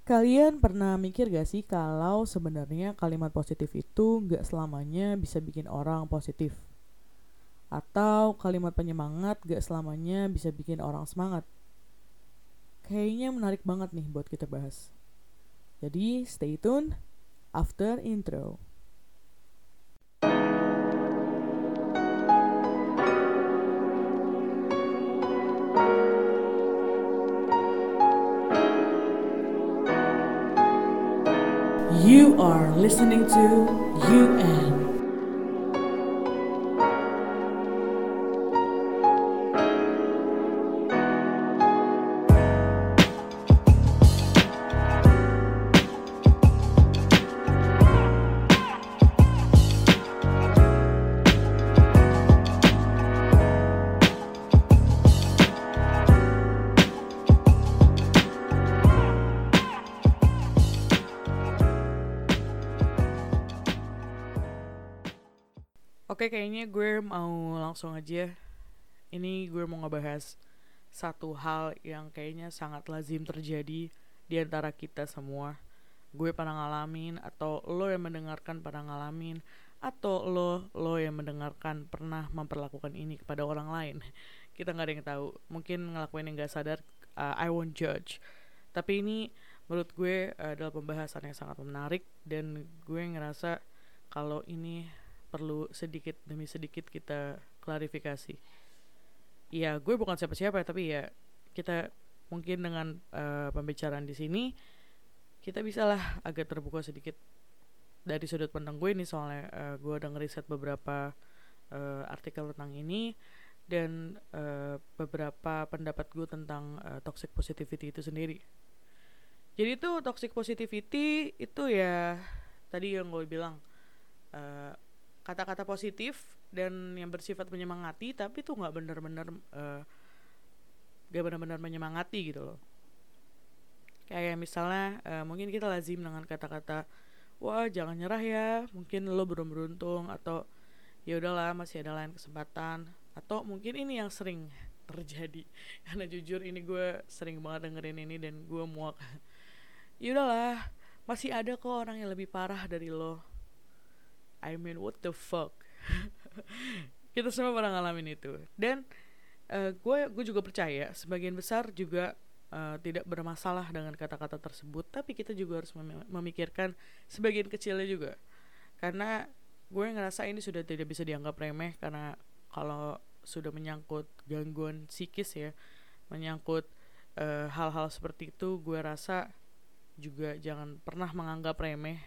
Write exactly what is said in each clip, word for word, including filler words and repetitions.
Kalian pernah mikir gak sih kalau sebenarnya kalimat positif itu gak selamanya bisa bikin orang positif? Atau kalimat penyemangat gak selamanya bisa bikin orang semangat? Kayaknya menarik banget nih buat kita bahas. Jadi stay tune after intro. You are listening to U N. Oke, kayaknya gue mau langsung aja. Ini gue mau ngebahas satu hal yang kayaknya sangat lazim terjadi di antara kita semua. Gue pernah ngalamin, atau lo yang mendengarkan pernah ngalamin, atau lo lo yang mendengarkan pernah memperlakukan ini kepada orang lain. Kita nggak ada yang tahu. Mungkin ngelakuin yang nggak sadar. uh, I won't judge. Tapi ini menurut gue uh, adalah pembahasan yang sangat menarik, dan gue ngerasa kalau ini perlu sedikit demi sedikit kita klarifikasi. Ya, gue bukan siapa-siapa, tapi ya kita mungkin dengan uh, pembicaraan di sini kita bisalah agak terbuka sedikit dari sudut pandang gue nih, soalnya uh, gue udah ngeriset beberapa uh, artikel tentang ini dan uh, beberapa pendapat gue tentang uh, toxic positivity itu sendiri. Jadi itu toxic positivity itu ya tadi yang gue bilang, uh, kata-kata positif dan yang bersifat menyemangati, tapi tuh nggak benar-benar uh, gak benar-benar menyemangati gitu loh. Kayak misalnya uh, mungkin kita lazim dengan kata-kata, wah jangan nyerah ya, mungkin lo belum beruntung, atau ya udahlah masih ada lain kesempatan, atau mungkin ini yang sering terjadi karena jujur ini gue sering banget dengerin ini dan gue muak. Ya udahlah, masih ada kok orang yang lebih parah dari lo. I mean, what the fuck? Kita semua pernah ngalamin itu. Dan uh, gue gue juga percaya sebagian besar juga uh, tidak bermasalah dengan kata-kata tersebut, tapi kita juga harus mem- memikirkan sebagian kecilnya juga. Karena gue ngerasa ini sudah tidak bisa dianggap remeh, karena kalau sudah menyangkut gangguan psikis ya, menyangkut uh, hal-hal seperti itu, gue rasa juga jangan pernah menganggap remeh.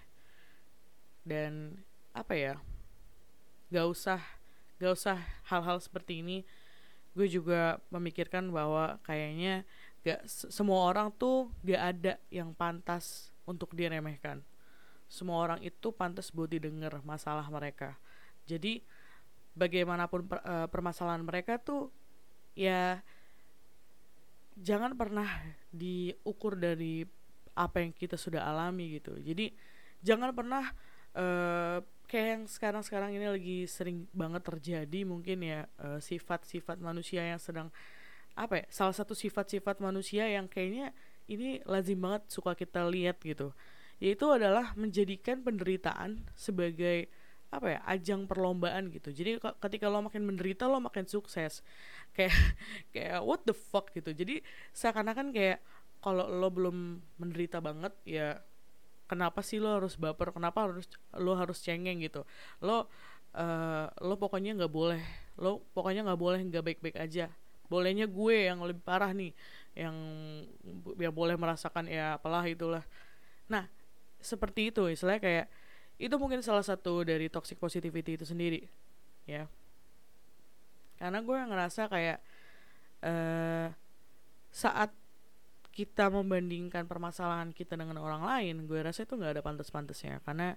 Dan apa ya, gak usah gak usah hal-hal seperti ini. Gue juga memikirkan bahwa kayaknya gak semua orang tuh gak ada yang pantas untuk diremehkan. Semua orang itu pantas buat didengar masalah mereka. Jadi bagaimanapun per, uh, permasalahan mereka tuh ya jangan pernah diukur dari apa yang kita sudah alami gitu. Jadi jangan pernah uh, kayak yang sekarang-sekarang ini lagi sering banget terjadi mungkin ya, uh, sifat-sifat manusia yang sedang apa ya, salah satu sifat-sifat manusia yang kayaknya ini lazim banget suka kita lihat gitu, yaitu adalah menjadikan penderitaan sebagai apa ya, ajang perlombaan gitu. Jadi ketika lo makin menderita lo makin sukses. Kayak kayak what the fuck gitu. Jadi seakan-akan kayak kalau lo belum menderita banget ya kenapa sih lo harus baper, kenapa harus lo harus cengeng gitu. Lo uh, lo pokoknya nggak boleh, lo pokoknya nggak boleh nggak baik-baik aja. Bolehnya gue yang lebih parah nih, yang ya boleh merasakan ya apalah itulah. Nah seperti itu istilahnya, kayak itu mungkin salah satu dari toxic positivity itu sendiri ya. Karena gue ngerasa kayak uh, saat kita membandingkan permasalahan kita dengan orang lain, gue rasa itu nggak ada pantas-pantasnya. Karena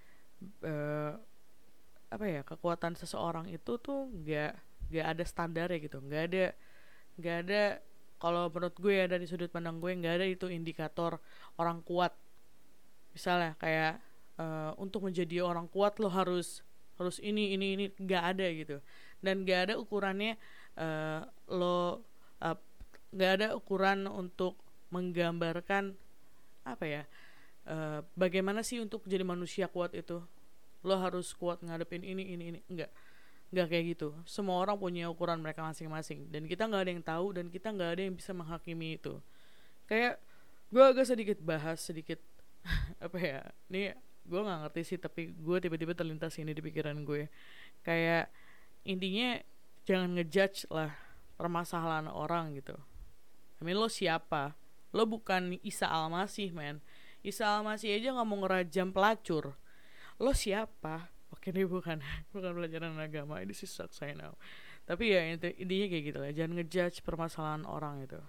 uh, apa ya, kekuatan seseorang itu tuh nggak nggak ada standarnya gitu, nggak ada nggak ada kalau menurut gue ya, dari sudut pandang gue nggak ada itu indikator orang kuat. Misalnya kayak uh, untuk menjadi orang kuat lo harus harus ini ini ini nggak ada gitu. Dan nggak ada ukurannya, uh, lo uh, nggak ada ukuran untuk menggambarkan apa ya, uh, bagaimana sih untuk jadi manusia kuat itu, lo harus kuat ngadepin ini ini ini. Enggak, enggak kayak gitu. Semua orang punya ukuran mereka masing-masing, dan kita nggak ada yang tahu, dan kita nggak ada yang bisa menghakimi itu. Kayak gue agak sedikit bahas sedikit apa ya, ini gue nggak ngerti sih, tapi gue tiba-tiba terlintas ini di pikiran gue. Kayak intinya jangan ngejudge lah permasalahan orang gitu. I mean, lo siapa? Lo bukan Isa Al-Masih, man. Isa Al-Masih aja nggak mau ngerajam pelacur. Lo siapa? Oke, ini bukan bukan pelajaran agama, ini sih sucks, I know. Tapi ya intinya kayak gitu lah, jangan ngejudge permasalahan orang itu.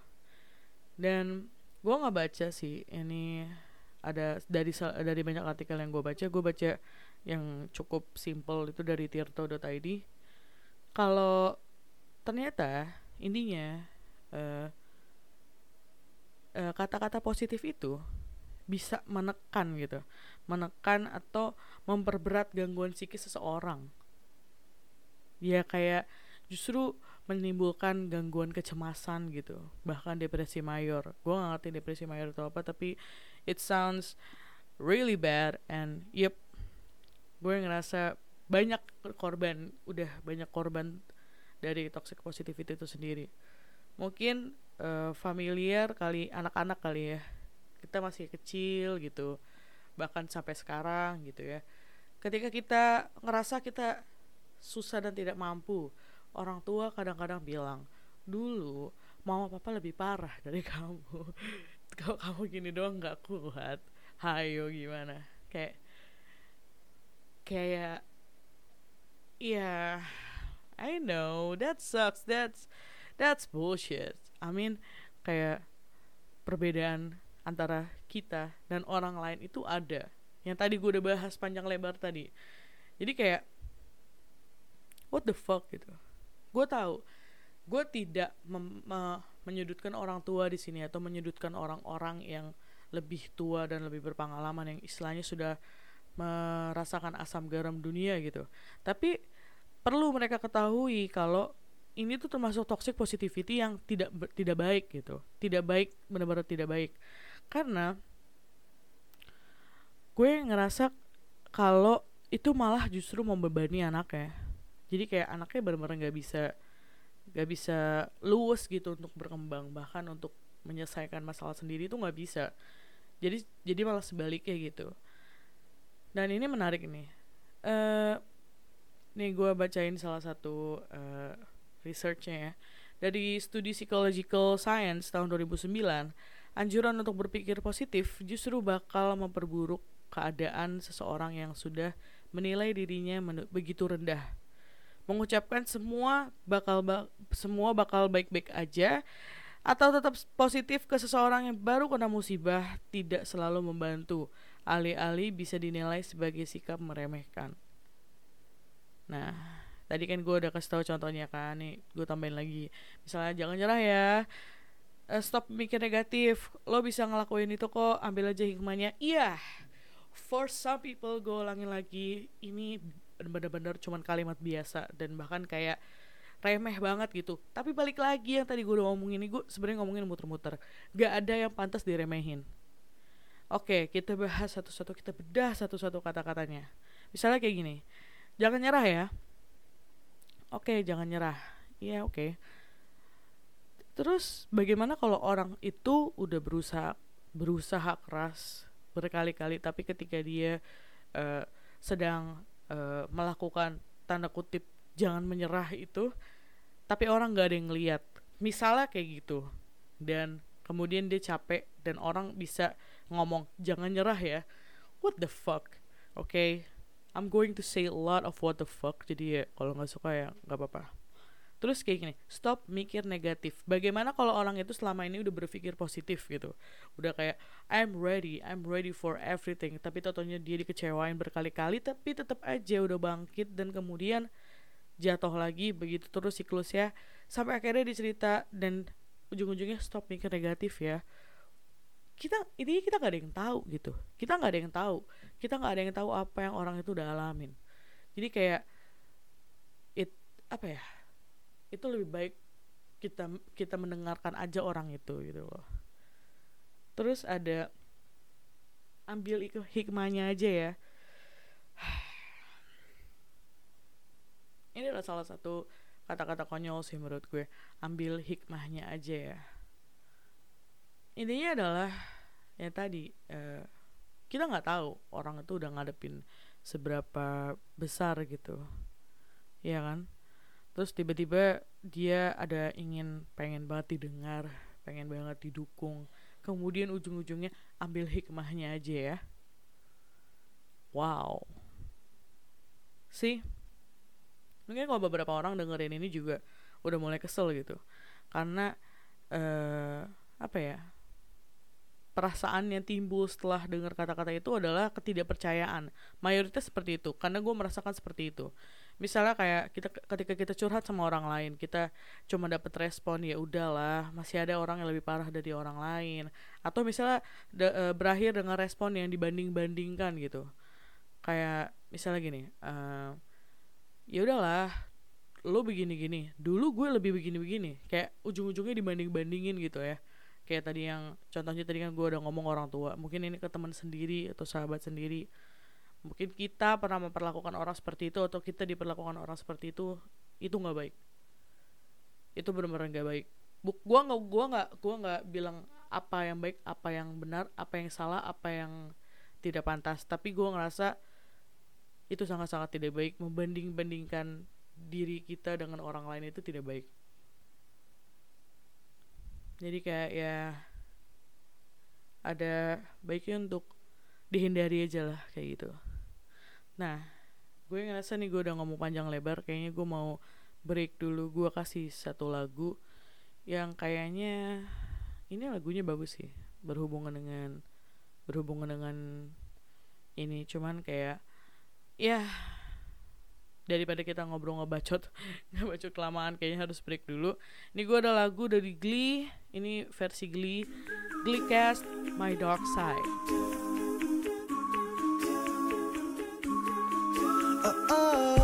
Dan gue nggak baca sih ini, ada dari dari banyak artikel yang gue baca, gue baca yang cukup simple itu dari tirto dot i d. Kalau ternyata intinya uh, uh, kata-kata positif itu bisa menekan gitu, menekan atau memperberat gangguan psikis seseorang. Ya kayak justru menimbulkan gangguan kecemasan gitu, bahkan depresi mayor. Gue gak ngerti depresi mayor itu apa, tapi it sounds really bad. And yep, gue ngerasa banyak korban, udah banyak korban dari toxic positivity itu sendiri. Mungkin uh, familiar kali, anak-anak kali ya, kita masih kecil gitu, bahkan sampai sekarang gitu ya. Ketika kita ngerasa kita susah dan tidak mampu, orang tua kadang-kadang bilang, dulu mama papa lebih parah dari kamu. Kalau kamu gini doang gak kuat, hayo gimana. Kayak Kayak ya, yeah, I know that sucks, that's that's bullshit. I mean, kayak perbedaan antara kita dan orang lain itu ada, yang tadi gue udah bahas panjang lebar tadi. Jadi kayak what the fuck gitu. Gue tahu gue tidak mem- me- menyudutkan orang tua di sini, atau menyudutkan orang-orang yang lebih tua dan lebih berpengalaman, yang istilahnya sudah merasakan asam garam dunia gitu. Tapi perlu mereka ketahui kalau ini tuh termasuk toxic positivity yang tidak tidak baik gitu. Tidak baik, benar-benar tidak baik. Karena gue ngerasa kalau itu malah justru membebani anaknya. Jadi kayak anaknya benar-benar nggak bisa nggak bisa luwes gitu untuk berkembang, bahkan untuk menyelesaikan masalah sendiri itu nggak bisa. Jadi jadi malah sebaliknya gitu. Dan ini menarik nih. Uh, nih gue bacain salah satu uh, researchnya ya. Dari studi Psychological Science tahun dua ribu sembilan, anjuran untuk berpikir positif justru bakal memperburuk keadaan seseorang yang sudah menilai dirinya men- begitu rendah. Mengucapkan semua bakal ba- semua bakal baik-baik aja, atau tetap positif ke seseorang yang baru kena musibah tidak selalu membantu. Alih-alih bisa dinilai sebagai sikap meremehkan. Nah, tadi kan gue udah kasih tahu contohnya kan, nih gue tambahin lagi. Misalnya jangan nyerah ya, uh, stop mikir negatif, lo bisa ngelakuin itu kok, ambil aja hikmahnya. Iya, yeah. For some people, gue ulangin lagi, ini benar-benar cuman kalimat biasa dan bahkan kayak remeh banget gitu. Tapi balik lagi yang tadi gue udah ngomongin ini, gue sebenarnya ngomongin muter-muter. Gak ada yang pantas diremehin. Oke, kita bahas satu-satu, kita bedah satu-satu kata-katanya. Misalnya kayak gini, jangan nyerah ya. Oke, jangan nyerah. Iya, oke. Terus bagaimana kalau orang itu udah berusaha berusaha keras berkali-kali, tapi ketika dia uh, sedang uh, melakukan tanda kutip jangan menyerah itu, tapi orang gak ada yang ngeliat, misalnya kayak gitu, dan kemudian dia capek dan orang bisa ngomong jangan nyerah ya, what the fuck. Oke, okay? I'm going to say a lot of what the fuck, jadi ya kalau nggak suka ya nggak apa-apa. Terus kayak gini, stop mikir negatif. Bagaimana kalau orang itu selama ini udah berpikir positif gitu, udah kayak I'm ready, I'm ready for everything, tapi totonya dia dikecewain berkali-kali, tapi tetap aja udah bangkit dan kemudian jatuh lagi, begitu terus siklusnya sampai akhirnya dicerita dan ujung-ujungnya stop mikir negatif ya. Kita intinya kita nggak ada yang tahu gitu, kita nggak ada yang tahu, kita nggak ada yang tahu apa yang orang itu udah alamin. Jadi kayak it apa ya, itu lebih baik kita kita mendengarkan aja orang itu gitu loh. Terus ada ambil hikmahnya aja ya. Ini adalah salah satu kata-kata konyol sih menurut gue. Ambil hikmahnya aja ya. Intinya adalah ya tadi uh, kita nggak tahu orang itu udah ngadepin seberapa besar gitu, ya kan? Terus tiba-tiba dia ada ingin pengen banget didengar, pengen banget didukung, kemudian ujung-ujungnya ambil hikmahnya aja ya. Wow. Sih, mungkin kalau beberapa orang dengerin ini juga udah mulai kesel gitu, karena uh, apa ya, perasaan yang timbul setelah dengar kata-kata itu adalah ketidakpercayaan. Mayoritas seperti itu, karena gue merasakan seperti itu. Misalnya kayak kita ketika kita curhat sama orang lain, kita cuma dapat respon ya udahlah, masih ada orang yang lebih parah dari orang lain. Atau misalnya de, e, berakhir dengan respon yang dibanding-bandingkan gitu. Kayak misalnya gini, uh, ya udahlah, lo begini-gini, dulu gue lebih begini-begini. Kayak ujung-ujungnya dibanding-bandingin gitu ya. Kayak tadi yang contohnya tadi kan gue udah ngomong orang tua, mungkin ini ke teman sendiri atau sahabat sendiri, mungkin kita pernah memperlakukan orang seperti itu atau kita diperlakukan orang seperti itu, itu nggak baik, itu benar-benar nggak baik. Buk, gue nggak gue nggak gue nggak bilang apa yang baik, apa yang benar, apa yang salah, apa yang tidak pantas, tapi gue ngerasa itu sangat-sangat tidak baik. Membanding-bandingkan diri kita dengan orang lain itu tidak baik. Jadi kayak ya ada baiknya untuk dihindari aja lah kayak gitu. Nah, gue ngerasa nih gue udah ngomong panjang lebar, kayaknya gue mau break dulu. Gue kasih satu lagu yang kayaknya ini lagunya bagus sih, berhubungan dengan berhubungan dengan ini, cuman kayak ya daripada kita ngobrol ngebacot ngebacot kelamaan, kayaknya harus break dulu. Ini gue ada lagu dari Glee, ini versi Glee, Glee Cast, My Dark Side. Oh, oh.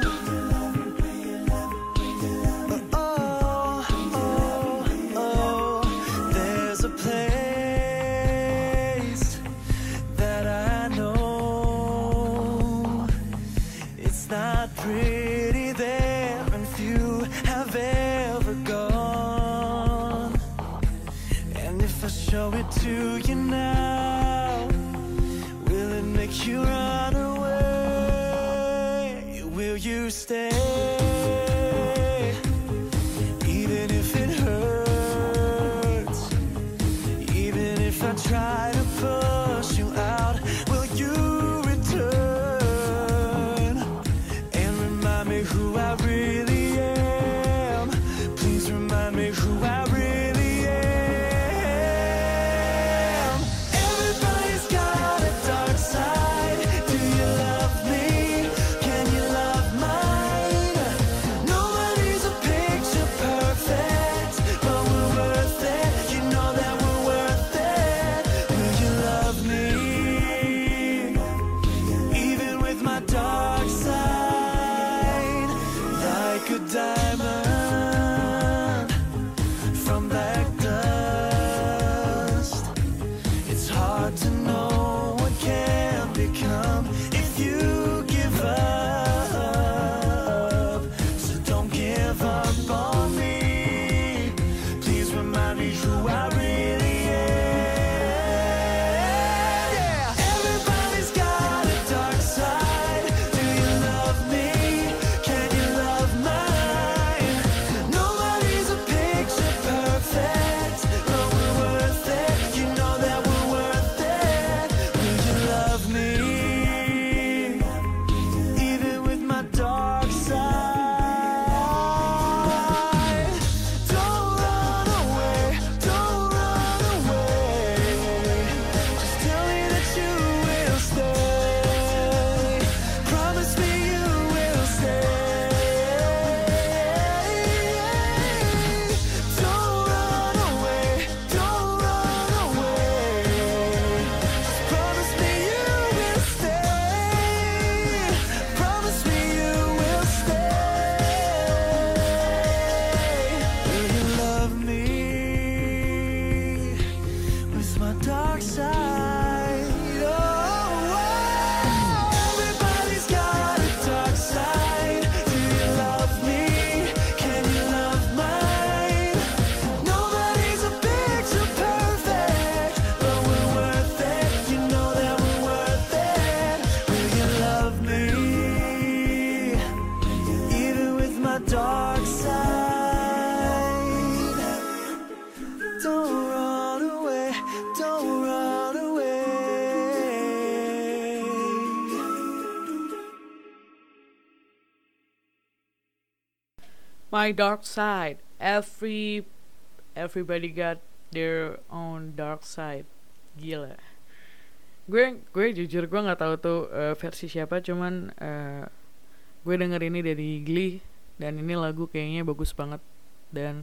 Show it to you now. Will it make you run away? Will you stay? Even if it hurts, even if I try to push you out, will you return and remind me who I really am? Please remind me who I really am. My dark side. Every everybody got their own dark side. Gila. Gue gue jujur gue nggak tahu tuh uh, versi siapa, cuman uh, gue denger ini dari Glee dan ini lagu kayaknya bagus banget dan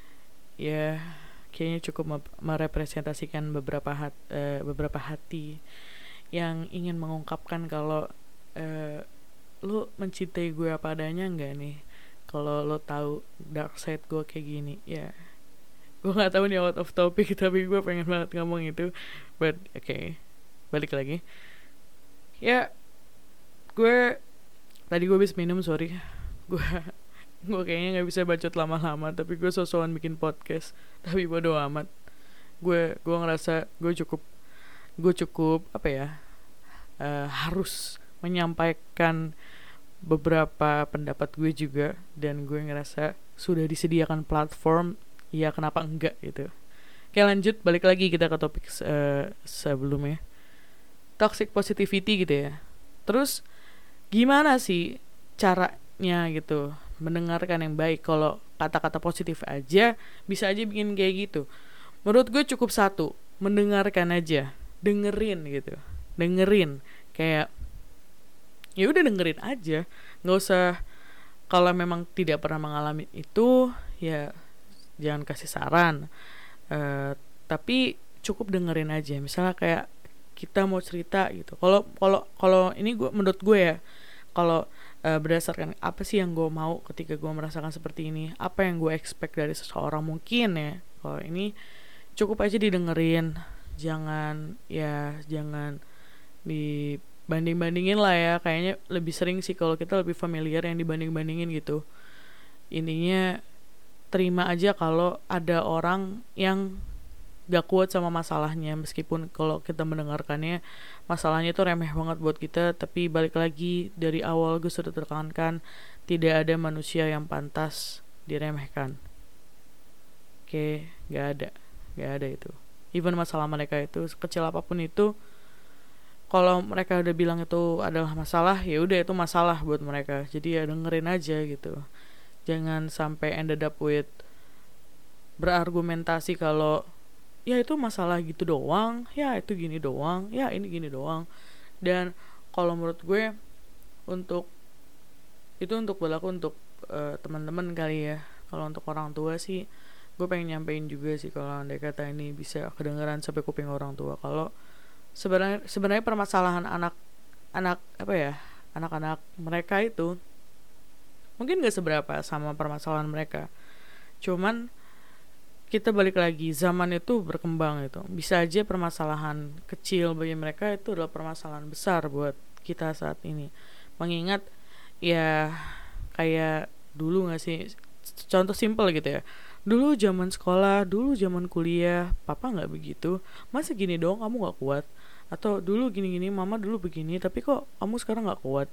ya kayaknya cukup merepresentasikan beberapa hat, uh, beberapa hati yang ingin mengungkapkan kalau uh, lu mencintai gue apa adanya nggak nih, kalau lo tahu dark side gue kayak gini. Ya gue nggak tahu nih, out of topic, tapi gue pengen banget ngomong itu. But oke, okay. Balik lagi ya, gue tadi gue habis minum, sorry. gue gue kayaknya nggak bisa bacot lama-lama, tapi gue sosokan bikin podcast, tapi bodo amat. gue gue ngerasa gue cukup gue cukup apa ya, uh, harus menyampaikan beberapa pendapat gue juga, dan gue ngerasa sudah disediakan platform, ya kenapa enggak gitu. Oke, lanjut, balik lagi kita ke topik uh, sebelumnya, toxic positivity gitu ya. Terus gimana sih caranya gitu mendengarkan yang baik? Kalau kata-kata positif aja bisa aja bikin kayak gitu. Menurut gue cukup satu, mendengarkan aja, dengerin gitu, dengerin kayak ya udah dengerin aja, nggak usah. Kalau memang tidak pernah mengalami itu ya jangan kasih saran, uh, tapi cukup dengerin aja. Misalnya kayak kita mau cerita gitu, kalau kalau kalau ini gue menurut gue ya, kalau uh, berdasarkan apa sih yang gue mau ketika gue merasakan seperti ini, apa yang gue expect dari seseorang, mungkin ya kalau ini cukup aja didengerin, jangan ya jangan dibanding-bandingin lah ya. Kayaknya lebih sering sih kalau kita lebih familiar yang dibanding-bandingin gitu. Intinya terima aja kalau ada orang yang gak kuat sama masalahnya, meskipun kalau kita mendengarkannya masalahnya itu remeh banget buat kita. Tapi balik lagi, dari awal gue sudah tekankan, tidak ada manusia yang pantas diremehkan. Oke, gak ada gak ada itu. Even masalah mereka itu kecil apapun itu, kalau mereka udah bilang itu adalah masalah, ya udah itu masalah buat mereka. Jadi ya dengerin aja gitu. Jangan sampai ended up with berargumentasi kalau ya itu masalah gitu doang, ya itu gini doang, ya ini gini doang. Dan kalau menurut gue, untuk itu untuk berlaku untuk uh, teman-teman kali ya. Kalau untuk orang tua sih, gue pengen nyampein juga sih, kalau andai kata ini bisa kedengeran sampai kuping orang tua, kalau sebenarnya sebenarnya permasalahan anak anak apa ya anak-anak mereka itu mungkin gak seberapa sama permasalahan mereka. Cuman kita balik lagi, zaman itu berkembang itu. Bisa aja permasalahan kecil bagi mereka itu adalah permasalahan besar buat kita saat ini. Mengingat ya kayak dulu gak sih, contoh simple gitu ya, dulu zaman sekolah, dulu zaman kuliah, papa gak begitu, masa gini dong kamu gak kuat? Atau dulu gini-gini, mama dulu begini, tapi kok kamu sekarang gak kuat?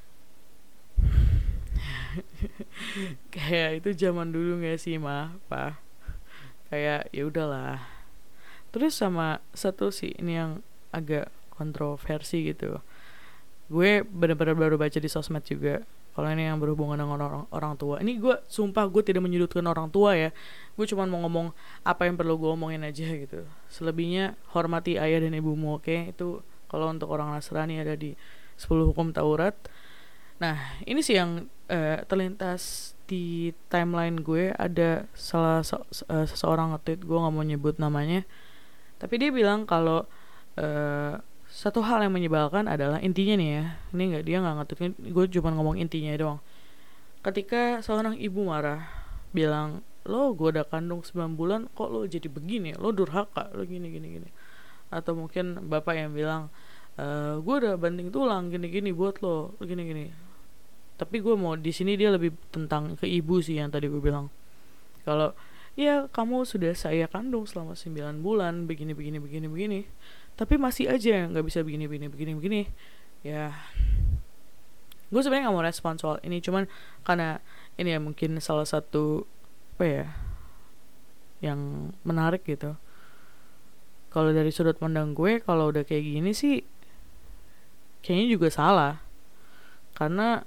Kayak itu zaman dulu gak sih, ma, pa? Kayak ya udahlah. Terus sama satu sih ini yang agak kontroversi gitu, gue benar-benar baru baca di sosmed juga. Kalau ini yang berhubungan dengan orang, orang tua, ini gue sumpah gue tidak menyudutkan orang tua ya, gue cuma mau ngomong apa yang perlu gue omongin aja gitu. Selebihnya hormati ayah dan ibumu, oke? Okay? Itu kalau untuk orang Nasrani ada di sepuluh hukum Taurat. Nah ini sih yang uh, terlintas di timeline gue. Ada salah so, uh, seseorang nge-tweet, gue gak mau nyebut namanya, tapi dia bilang kalau uh, satu hal yang menyebalkan adalah, intinya nih ya, ini gak, dia gak nge-tweet, gue cuma ngomong intinya doang. Ketika seorang ibu marah, bilang, lo gue udah kandung sembilan bulan kok lo jadi begini, lo durhaka, lo gini gini gini. Atau mungkin bapak yang bilang, e, gue udah banting tulang gini gini buat lo, gini gini. Tapi gue mau di sini dia lebih tentang ke ibu sih, yang tadi gue bilang. Kalau ya kamu sudah saya kandung selama sembilan bulan, begini begini begini begini, tapi masih aja nggak bisa begini begini begini begini. Ya, gue sebenarnya nggak mau respon soal ini, cuman karena ini ya mungkin salah satu apa ya yang menarik gitu. Kalau dari sudut pandang gue, kalau udah kayak gini sih kayaknya juga salah, karena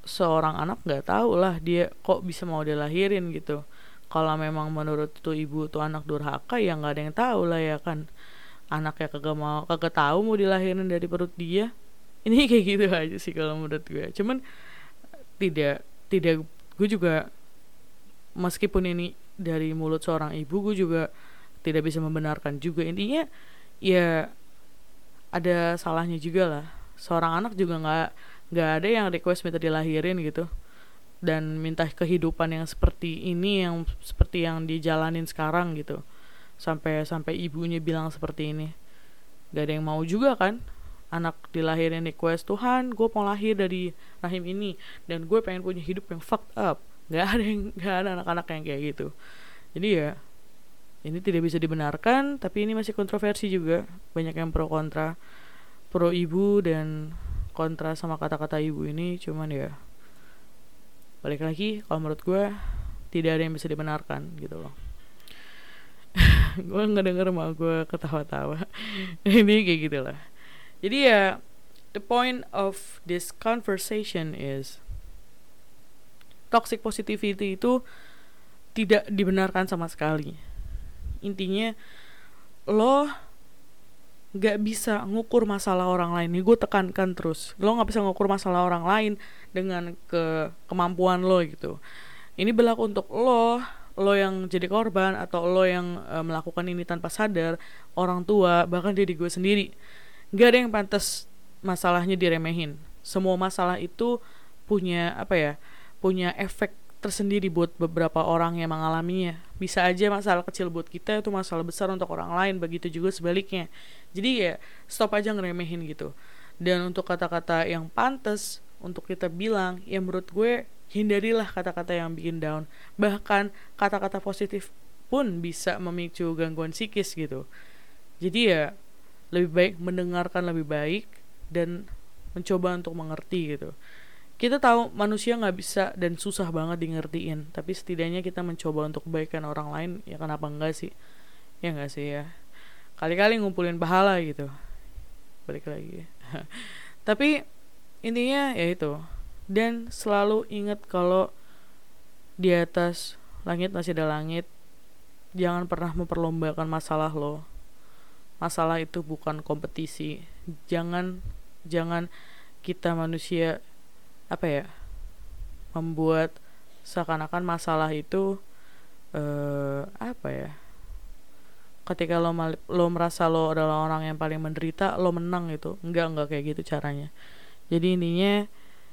seorang anak nggak tahu lah dia kok bisa mau dilahirin gitu. Kalau memang menurut tuh ibu tuh anak durhaka, ya nggak ada yang tahu lah ya kan. Anaknya kagak mau, kagak tahu mau dilahirin dari perut dia. Ini kayak gitu aja sih kalau menurut gue. Cuman tidak tidak gue juga, meskipun ini dari mulut seorang ibu, gue juga tidak bisa membenarkan juga. Intinya ya ada salahnya juga lah. Seorang anak juga nggak nggak ada yang request minta dilahirin gitu, dan minta kehidupan yang seperti ini, yang seperti yang dijalanin sekarang gitu, sampai sampai ibunya bilang seperti ini. Gak ada yang mau juga kan anak dilahirin request, Tuhan gue mau lahir dari rahim ini dan gue pengen punya hidup yang fucked up. Gak ada yang gak ada anak-anak yang kayak gitu. Jadi ya ini tidak bisa dibenarkan, tapi ini masih kontroversi juga. Banyak yang pro kontra, pro ibu dan kontra sama kata-kata ibu ini. Cuman ya balik lagi, kalau menurut gue tidak ada yang bisa dibenarkan gitu loh. Gue ngedenger mah gue ketawa-tawa. Ini kayak gitu lah. Jadi ya, the point of this conversation is toxic positivity itu tidak dibenarkan sama sekali. Intinya lo gak bisa ngukur masalah orang lain. Ini gue tekankan terus. Lo gak bisa ngukur masalah orang lain dengan ke kemampuan lo gitu. Ini berlaku untuk lo, lo yang jadi korban, atau lo yang e, melakukan ini tanpa sadar, orang tua, bahkan diri gue sendiri. Gak ada yang pantas masalahnya diremehin. Semua masalah itu punya apa ya? Punya efek tersendiri buat beberapa orang yang mengalaminya. Bisa aja masalah kecil buat kita itu masalah besar untuk orang lain, begitu juga sebaliknya. Jadi ya stop aja ngeremehin gitu. Dan untuk kata-kata yang pantas untuk kita bilang, ya menurut gue hindarilah kata-kata yang bikin down. Bahkan kata-kata positif pun bisa memicu gangguan psikis gitu. Jadi ya lebih baik mendengarkan lebih baik dan mencoba untuk mengerti gitu. Kita tahu manusia gak bisa dan susah banget di ngertiin, tapi setidaknya kita mencoba untuk kebaikan orang lain, ya kenapa enggak sih? Ya gak sih ya? Kali-kali ngumpulin pahala gitu. Balik lagi. Tapi intinya ya itu. Dan selalu ingat kalau di atas langit masih ada langit. Jangan pernah memperlombakan masalah lo. Masalah itu bukan kompetisi. Jangan Jangan kita manusia apa ya, membuat seakan-akan masalah itu uh, apa ya, ketika lo mal- lo merasa lo adalah orang yang paling menderita, lo menang gitu. Enggak enggak kayak gitu caranya. Jadi intinya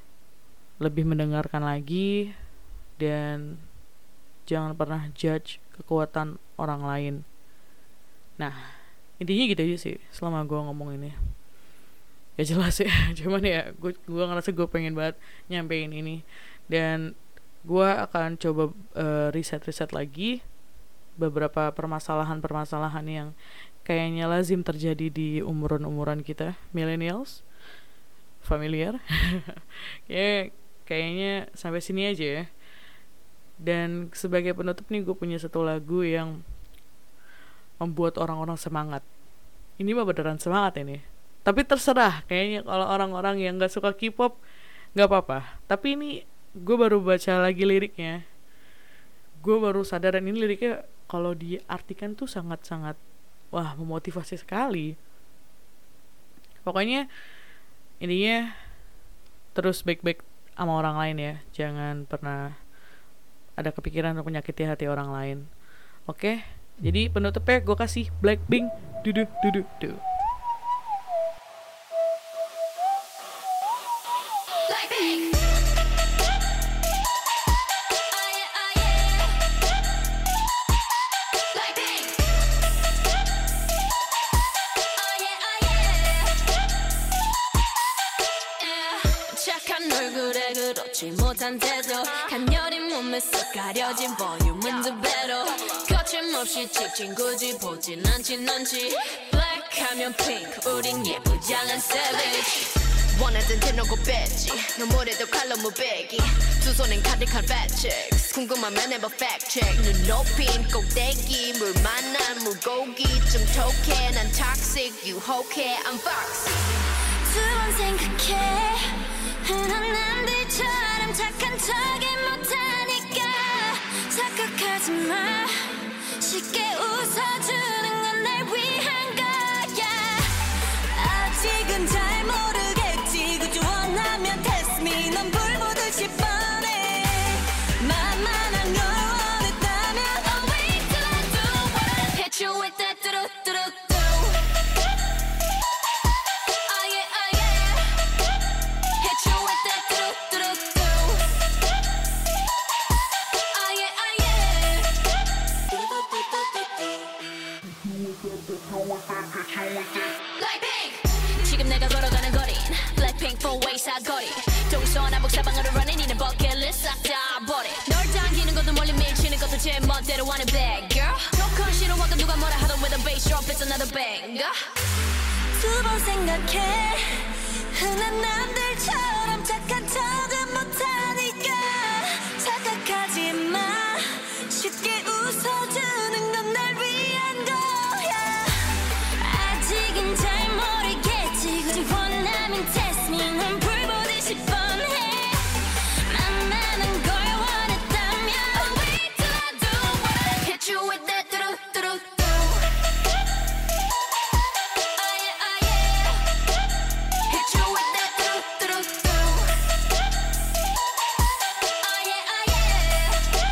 lebih mendengarkan lagi dan jangan pernah judge kekuatan orang lain. Nah intinya gitu aja sih selama gue ngomong ini. Ya jelas ya, cuman ya gue gue ngerasa gue pengen banget nyampein ini, dan gue akan coba uh, riset-riset lagi beberapa permasalahan-permasalahan yang kayaknya lazim terjadi di umuran-umuran kita millennials. Familiar? Ya kayaknya sampai sini aja ya. Dan sebagai penutup nih, gue punya satu lagu yang membuat orang-orang semangat. Ini mah beneran semangat ini. Tapi terserah, kayaknya kalau orang-orang yang gak suka K-pop gak apa-apa. Tapi ini gue baru baca lagi liriknya, gue baru sadar, dan ini liriknya kalau diartikan tuh sangat-sangat wah memotivasi sekali. Pokoknya intinya terus baik-baik sama orang lain ya. Jangan pernah ada kepikiran untuk menyakiti hati orang lain. Oke, jadi penutupnya gue kasih Blackpink dudu dudu dudu. 못한 태도 간녀린 몸에서 가려진 볼륨은 두 배로 거침없이 찍힌 굳이 보진 않진 않지 Black하면 pink 우린 예쁘장한 savage 원하던 대놓고 뺐지 너무래도 칼로 무배기 두 손엔 가득한 fat chicks 궁금하면 해봐 fact check 눈 높인 꼭대기 물 만난 물고기 좀 톡해 난 toxic 유혹해 I'm foxy 두 번 생각해 흔한 남들처럼 착한 척이 못하니까 착각하지 마 쉽게 웃어주는 건 날 위한 거야 아직은 잘 모르겠지 그저 원하면 test me 넌 불 보듯이 뻔해 만만한 걸 원했다면 Oh wait till I do what I hit you with that 뚜루뚜루뚜 Oh yeah oh yeah hit you with that 뚜루뚜루뚜 Oh yeah oh yeah Blackpink 지금 내가 걸어가는 거린 Blackpink four-way 사거리 동서남북 사방으로 running 이는 버킷리스트 싹 다 버려 널 당기는 것도 멀리 밀치는 것도 제 멋대로 하는 bad girl 조건 싫어하고 누가 뭐라 하던 with a bass drop it's another banger 두 번 생각해 흔한 남들처럼 착한 척은 못하니까 착각하지 마 쉽게 웃어주는 건 날 위한 거야 아직은 잘 모르겠지 굳이 원하면 test me 넌 불 보듯이 뻔해 만만한 걸 원했다면 Oh wait till I do what I hit you with that 뚜루뚜루뚜 Oh yeah oh yeah hit you with that 뚜루뚜루뚜 Oh yeah oh yeah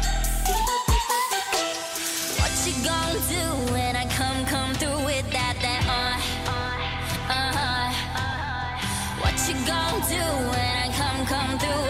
What you gonna do when I come come through with that that uh uh uh What you gonna do when I come come through